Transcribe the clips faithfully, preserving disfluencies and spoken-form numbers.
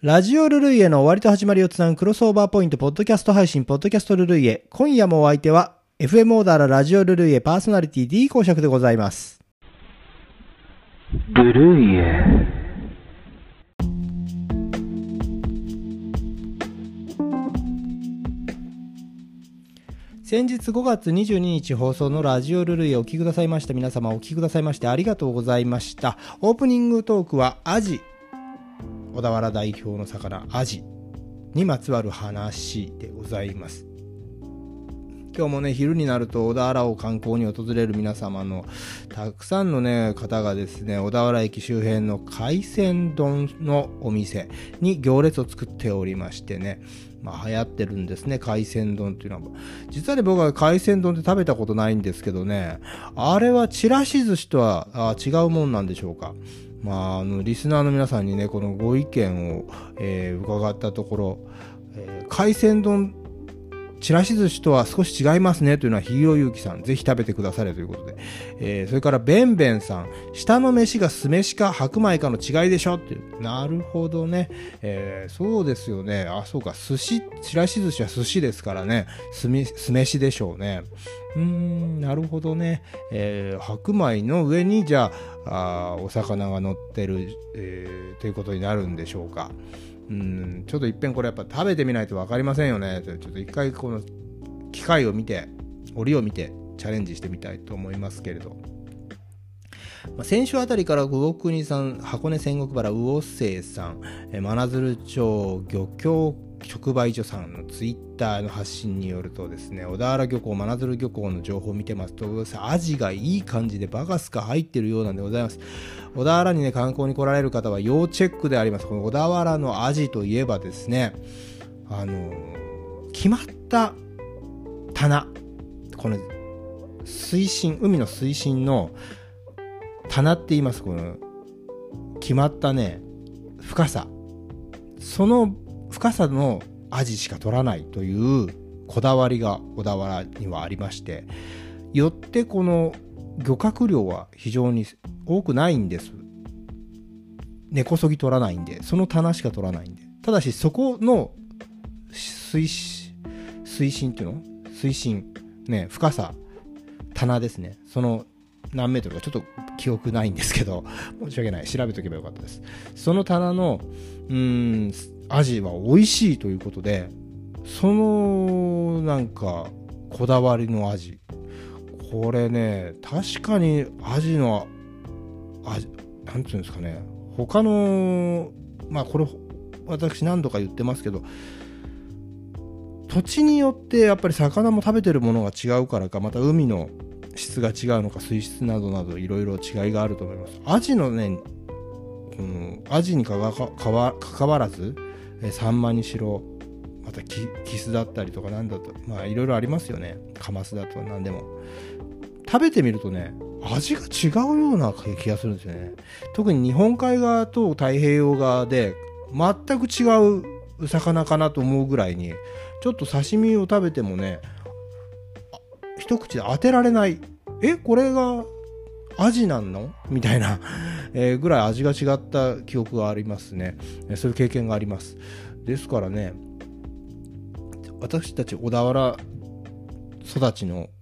ラジオルルイエの終わりと始まりをつなぐクロスオーバーポイントポッドキャスト配信ポッドキャストルルイエ。今夜もお相手は エフエム オーダーララジオルルイエパーソナリティ D 公爵でございます。 ルルイエ。 先日ごがつにじゅうににち放送のラジオルルイエお聞きくださいました皆様、お聞きくださいましてありがとうございました。オープニングトークはアジ、小田原代表の魚アジにまつわる話でございます。今日もね、昼になると小田原を観光に訪れる皆様のたくさんのね方がですね、小田原駅周辺の海鮮丼のお店に行列を作っておりましてね、まあ流行ってるんですね、海鮮丼っていうのは。実はね、僕は海鮮丼って食べたことないんですけどね、あれはちらし寿司とはあ違うもんなんでしょうか。まあ、あのリスナーの皆さんにねこのご意見を、えー、伺ったところ、えー、海鮮丼ちらし寿司とは少し違いますねというのはひいろゆうきさん、ぜひ食べてくだされということで、えー、それからべんべんさん、下の飯が酢飯か白米かの違いでしょっていう。なるほどね、えー、そうですよね。あ、そうか、寿司、ちらし寿司は寿司ですからね、酢飯でしょうね。うーん、なるほどね、えー、白米の上にじゃあ、あお魚が乗ってる、えー、ということになるんでしょうか。うん、ちょっと一遍これやっぱ食べてみないと分かりませんよね。ちょっと一回この機械を見て、折を見てチャレンジしてみたいと思いますけれど、まあ、先週あたりから魚国さん、箱根仙石原魚清さん、え真鶴町漁協直売所さんのツイッターの発信によるとですね、小田原漁港、真鶴漁港の情報を見てますと、アジがいい感じでバカスカ入ってるようなんでございます。小田原にね観光に来られる方は要チェックであります。この小田原のアジといえばですね、あのー、決まった棚、この水深、海の水深の棚って言います。この決まったね深さ、その深さのアジしか取らないというこだわりが小田原にはありまして、よってこの漁獲量は非常に多くないんです。根こそぎ取らないんで、その棚しか取らないんで。ただしそこの水水深っていうの水深ね、深さ、棚ですね、その何メートルかちょっと記憶ないんですけど、申し訳ない、調べとけばよかったです。その棚のうーんアジは美味しいということで、そのなんかこだわりのアジ、これね、確かにアジの味、なんていうんですかね、他の、まあこれ私何度か言ってますけど、土地によってやっぱり魚も食べてるものが違うからか、また海の質が違うのか、水質などなどいろいろ違いがあると思います。アジのね、このアジにかわかかわ関わらず、えサンマにしろ、またキキスだったりとかなんだと、まあいろいろありますよね。カマスだとか何でも。食べてみるとね、味が違うような気がするんですよね。特に日本海側と太平洋側で全く違う魚かなと思うぐらいに、ちょっと刺身を食べてもね、一口で当てられない、えこれがアジなんのみたいな、えー、ぐらい味が違った記憶がありますね。そういう経験があります。ですからね、私たち小田原育ちの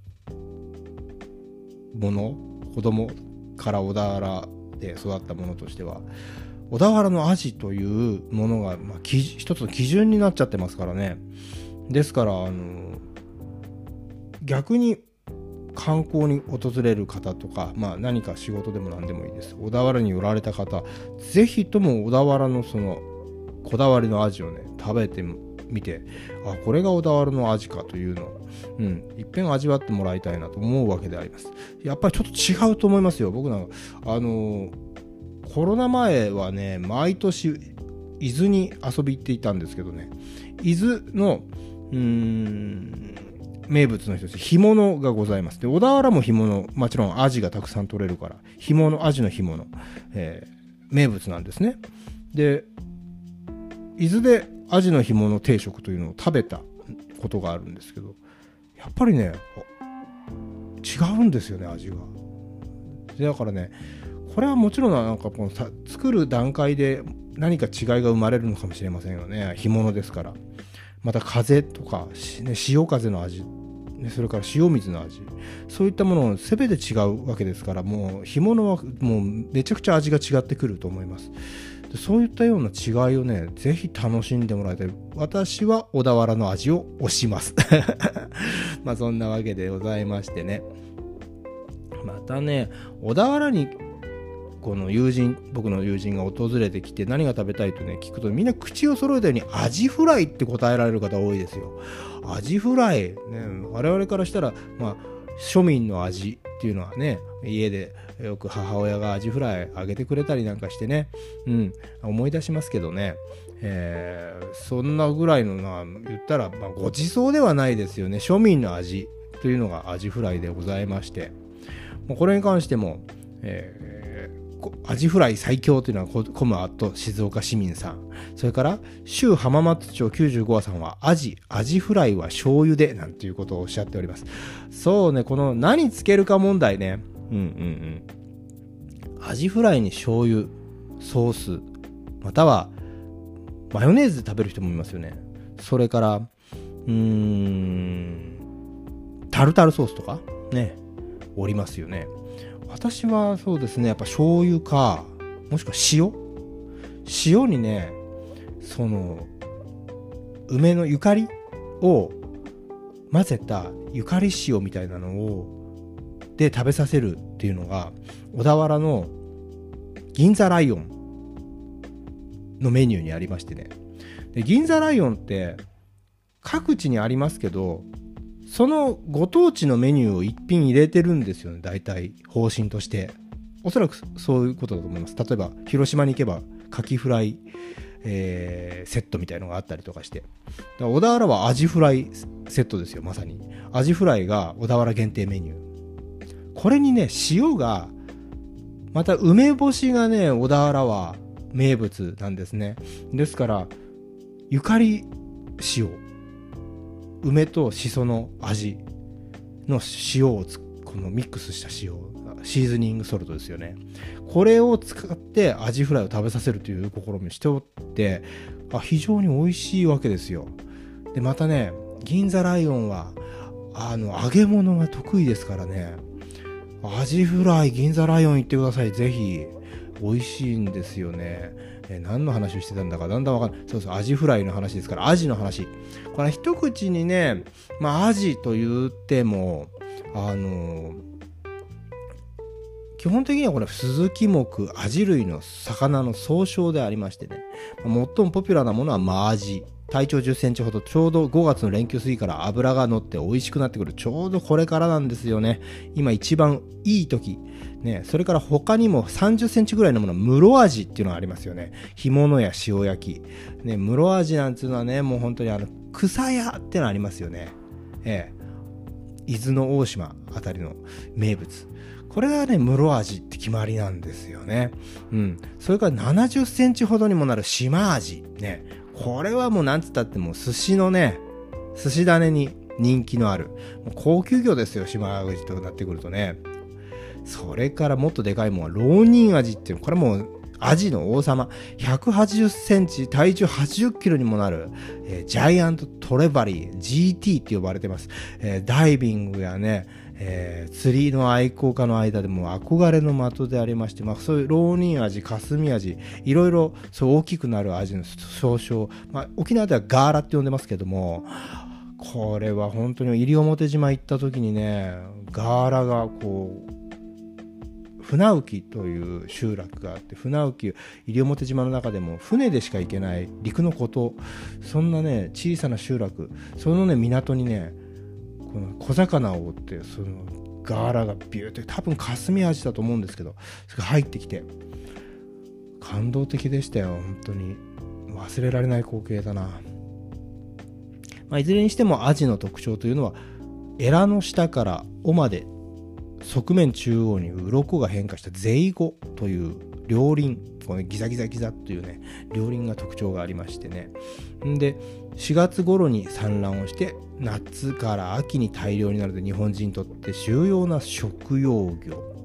もの、子供から小田原で育ったものとしては、小田原のアジというものが、まあ、一つの基準になっちゃってますからね。ですからあの逆に観光に訪れる方とか、まあ、何か仕事でも何でもいいです。小田原に寄られた方、ぜひとも小田原のそのこだわりのアジをね食べてみて、あ、これが小田原のアジかというのを、うん、いっぺん味わってもらいたいなと思うわけであります。やっぱりちょっと違うと思いますよ。僕なんかあのコロナ前はね、毎年伊豆に遊び行っていたんですけどね、伊豆のうーん名物の一つ、干物がございます。で、小田原も干物、もちろんアジがたくさん取れるから、干物、アジの干物、えー、名物なんですね。で、伊豆でアジの干物定食というのを食べたことがあるんですけど、やっぱりね、違うんですよね、味が。だからね、これはもちろんなんかこのさ作る段階で何か違いが生まれるのかもしれませんよね。干物ですから。また風とか、ね、潮風の味、それから塩水の味、そういったもの全て違うわけですから、もう干物はもうめちゃくちゃ味が違ってくると思います。そういったような違いをね、ぜひ楽しんでもらいたい。私は小田原の味を推しますまあそんなわけでございましてね、またね、小田原にこの友人僕の友人が訪れてきて何が食べたいとね聞くと、みんな口を揃えたようにアジフライって答えられる方多いですよ。アジフライ、ね、我々からしたら、まあ、庶民の味っていうのはね、家でよく母親がアジフライあげてくれたりなんかしてね、うん、思い出しますけどね、えー、そんなぐらいのな言ったら、まあ、ごちそうではないですよね。庶民の味というのがアジフライでございまして、もうこれに関しても、えーアジフライ最強というのはコムアット静岡市民さん、それから州浜松町きゅうじゅうごわさんはアジアジフライは醤油でなんていうことをおっしゃっております。そうね、この何つけるか問題ね、うんうんうん、アジフライに醤油ソースまたはマヨネーズで食べる人もいますよね。それからうーんタルタルソースとかねおりますよね。私はそうですね、やっぱ醤油かもしくは塩塩にね、その梅のゆかりを混ぜたゆかり塩みたいなのをで食べさせるっていうのが小田原の銀座ライオンのメニューにありましてね。で銀座ライオンって各地にありますけど、そのご当地のメニューを一品入れてるんですよね、大体方針として。おそらくそういうことだと思います。例えば広島に行けばカキフライ、えー、セットみたいのがあったりとかして、だから小田原はアジフライセットですよ。まさにアジフライが小田原限定メニュー。これにね塩がまた梅干しがね小田原は名物なんですね。ですからゆかり塩、梅としその味の塩をつこのミックスした塩、シーズニングソルトですよね。これを使ってアジフライを食べさせるという試みをしておって、あ非常に美味しいわけですよ。でまたね銀座ライオンはあの揚げ物が得意ですからね、アジフライ銀座ライオン行ってください。ぜひ美味しいんですよね。えー、何の話をしてたんだかだんだんわかんない。そうそう、アジフライの話ですから、アジの話。これ一口にね、まあアジと言ってもあのー、基本的にはこれスズキ目アジ類の魚の総称でありましてね、最もポピュラーなものはマアジ、体長じゅっセンチほど、ちょうどごがつの連休過ぎから脂が乗って美味しくなってくる、ちょうどこれからなんですよね。今一番いい時ね。それから他にもさんじゅっセンチぐらいのものは室アジっていうのがありますよね。干物や塩焼きね、室アジなんていうのはね、もう本当にあの草屋っていうのありますよね。ええ、伊豆の大島あたりの名物、これがね室アジって決まりなんですよね。うん。それからななじゅっセンチほどにもなる島アジね、これはもうなんつったってもう寿司のね寿司種に人気のあるもう高級魚ですよ、島アジとなってくるとね。それからもっとでかいもんはローニンアジっていう、これもうアジの王様、ひゃくはちじゅっセンチ体重はちじゅっキロにもなる、えー、ジャイアントトレバリー ジーティー って呼ばれてます。えー、ダイビングやね、えー、釣りの愛好家の間でも憧れの的でありまして、まあ、そういうローニンアジ、カスミアジ、いろいろそう大きくなるアジの総称、まあ、沖縄ではガーラって呼んでますけども、これは本当に西表島行った時にね、ガーラがこう船浮という集落があって、船浮西表島の中でも船でしか行けない陸の孤島、そんなね小さな集落、そのね港にねこの小魚を追ってそのガーラがビューって、多分カスミアジだと思うんですけど、それが入ってきて感動的でしたよ。本当に忘れられない光景だな。まあ、いずれにしてもアジの特徴というのはエラの下から尾まで側面中央に鱗が変化したゼイゴという両輪、このギザギザギザというね両輪が特徴がありましてね。んでしがつ頃に産卵をして夏から秋に大量になるので、日本人にとって重要な食用魚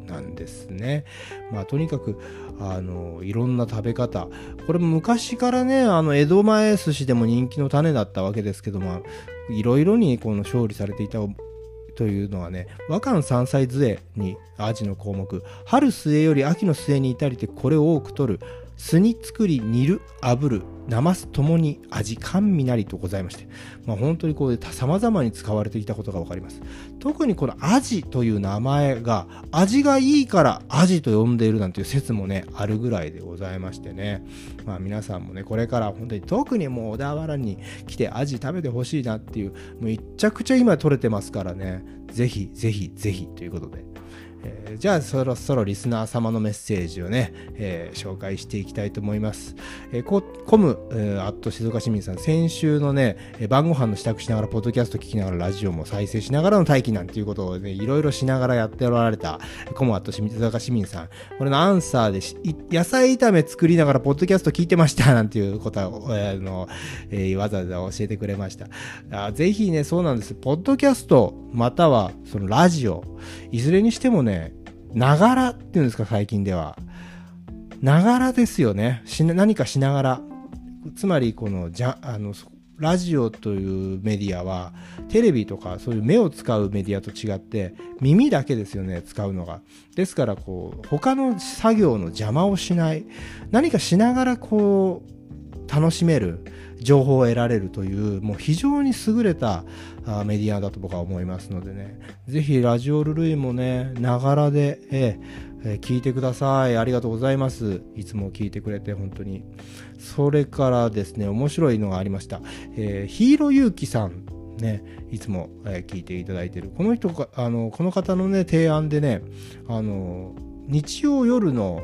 なんですね。まあとにかくあのいろんな食べ方、これも昔からね、あの江戸前寿司でも人気の種だったわけですけども、いろいろにこの勝利されていたというのはね、和漢三菜杖にアジの項目、春末より秋の末に至りてこれを多く取る、酢に作り煮る炙るなますともに味甘味なりとございまして、まあ、本当にこう様々に使われてきたことが分かります。特にこのアジという名前が味がいいからアジと呼んでいるなんていう説もねあるぐらいでございましてね、まあ皆さんもねこれから本当に特にもう小田原に来てアジ食べてほしいなっていう、もうめちゃくちゃ今取れてますからね、ぜひぜひぜひということで、えー、じゃあそろそろリスナー様のメッセージをね、えー、紹介していきたいと思います。えー、コ, コム、えー、アット静岡市民さん、先週のね、えー、晩ご飯の支度しながらポッドキャスト聞きながらラジオも再生しながらの待機なんていうことをねいろいろしながらやっておられたコムアット静岡市民さん、これのアンサーでし野菜炒め作りながらポッドキャスト聞いてましたなんていうことを、えーのえー、わざわざ教えてくれました。あ、ぜひね、そうなんです、ポッドキャストまたはそのラジオ、いずれにしてもね、ながらっていうんですか、最近ではながらですよね。し何かしながら、つまりこのじゃあのラジオというメディアはテレビとかそういう目を使うメディアと違って耳だけですよね、使うのが。ですからこう他の作業の邪魔をしない、何かしながらこう楽しめる、情報を得られるという、もう非常に優れたメディアだと僕は思いますのでね、ぜひラジオルルイもね、ながらで、えー、聞いてください。ありがとうございます。いつも聞いてくれて本当に。それからですね、面白いのがありました。えー、ヒーローゆうきさんね、いつも、えー、聞いていただいているこの人が、あのこの方のね提案でね、あの日曜夜の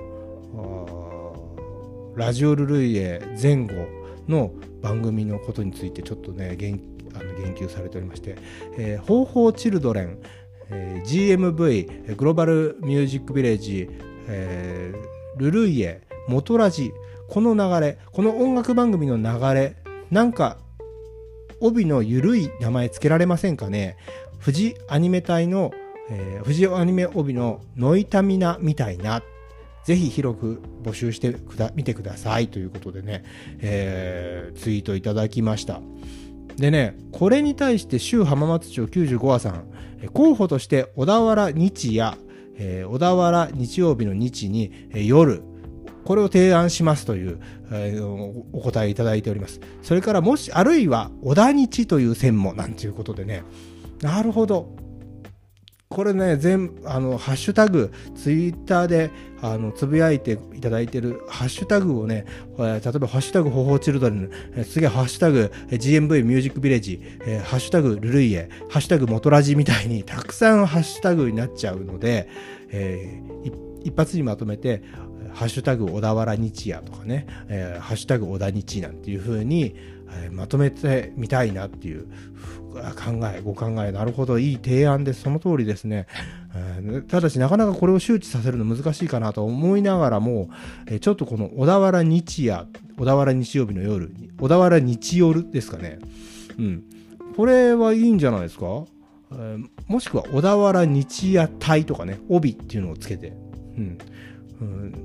ラジオルルイエ前後の番組のことについてちょっとね言あの言及されておりまして、えー、方法チルドレン、えー、ジーエムブイ グローバルミュージックビレッジ、えー、ルルイエ元ラジ、この流れ、この音楽番組の流れ、なんか帯のゆるい名前つけられませんかね。富士アニメ隊の、えー、富士アニメ帯のノイタミナみたいな、ぜひ広く募集してくだ見てくださいということでね、えー、ツイートいただきました。でね、これに対して州浜松町きゅうじゅうごわさん、候補として小田原日や、えー、小田原日曜日の日に、えー、夜、これを提案しますという、えー、お答えいただいております。それからもしあるいは小田日という線もなんていうことでね、なるほど、これね、全あのハッシュタグツイッターであのつぶやいていただいているハッシュタグをね、例えばハッシュタグ方法チルドレン、次はハッシュタグ ジーエムブイ ミュージックビレッジ、ハッシュタグルルイエ、ハッシュタグ元ラジみたいにたくさんハッシュタグになっちゃうので、えー、一発にまとめてハッシュタグ小田原日夜とかね、えー、ハッシュタグ小田日なんていう風に、えー、まとめてみたいなっていう考え、ご考え、なるほど、いい提案です。その通りですね。えー、ただしなかなかこれを周知させるの難しいかなと思いながらも、えー、ちょっとこの小田原日夜、小田原日曜日の夜、小田原日夜ですかね。うん。これはいいんじゃないですか。えー、もしくは小田原日夜隊とかね、帯っていうのをつけて、うんうん、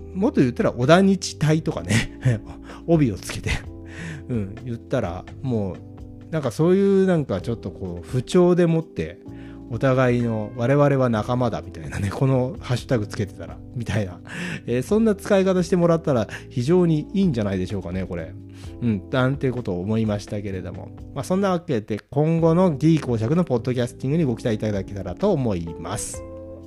もっと言ったら小田日隊とかね帯をつけて、うん、言ったらもうなんかそういうなんかちょっとこう不調でもってお互いの我々は仲間だみたいなね、このハッシュタグつけてたらみたいな、えー、そんな使い方してもらったら非常にいいんじゃないでしょうかね、これ。うん、なんていうことを思いましたけれども、まあそんなわけで今後の D 公爵のポッドキャスティングにご期待いただけたらと思います。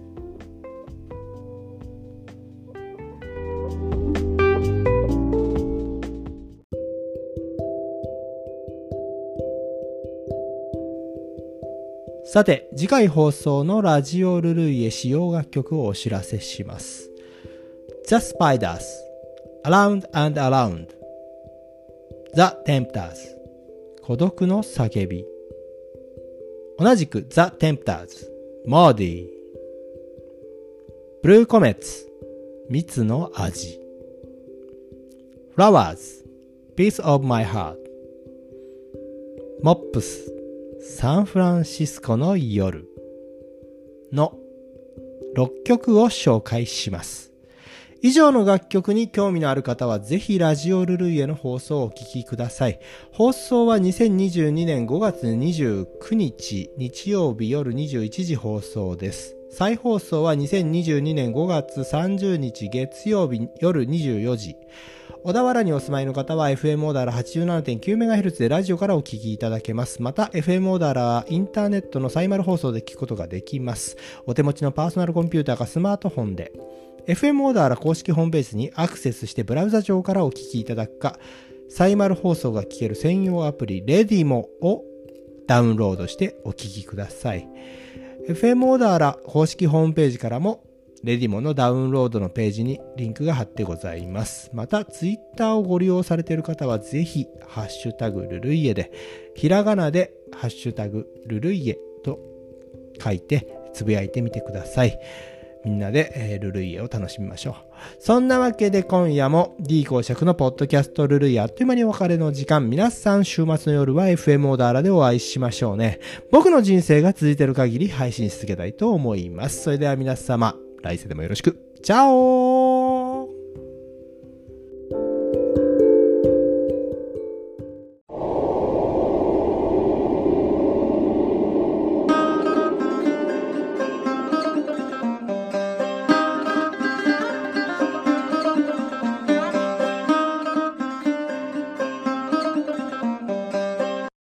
さて、次回放送のラジオルルイエ使用楽曲をお知らせします。The Spiders, Around and Around, The Tempters, 孤独の叫び。同じく The Tempters, Maudie, Blue Comets, 蜜の味。Flowers, Piece of My Heart, Mops、サンフランシスコの夜のろっきょくを紹介します。以上の楽曲に興味のある方はぜひラジオルルイエの放送をお聞きください。放送はにせんにじゅうにねんごがつにじゅうくにち日曜日夜にじゅういちじ放送です。再放送はにせんにじゅうにねんごがつさんじゅうにち月曜日夜にじゅうよじ。小田原にお住まいの方は エフエム 小田原 はちじゅうななてんきゅうメガヘルツ でラジオからお聞きいただけます。また エフエム 小田原はインターネットのサイマル放送で聞くことができます。お手持ちのパーソナルコンピューターかスマートフォンでエフエム 小田原公式ホームページにアクセスしてブラウザ上からお聞きいただくか、サイマル放送が聞ける専用アプリレディモをダウンロードしてお聞きください。エフエム 小田原公式ホームページからもレディモのダウンロードのページにリンクが貼ってございます。またツイッターをご利用されている方はぜひハッシュタグルルイエでひらがなでハッシュタグルルイエと書いてつぶやいてみてください。みんなで、えー、ルルイエを楽しみましょう。そんなわけで今夜も D 公爵のポッドキャストルルイエあっという間にお別れの時間。皆さん週末の夜は エフエム 小田原でお会いしましょうね。僕の人生が続いている限り配信し続けたいと思います。それでは皆様来世でもよろしく。チャオー。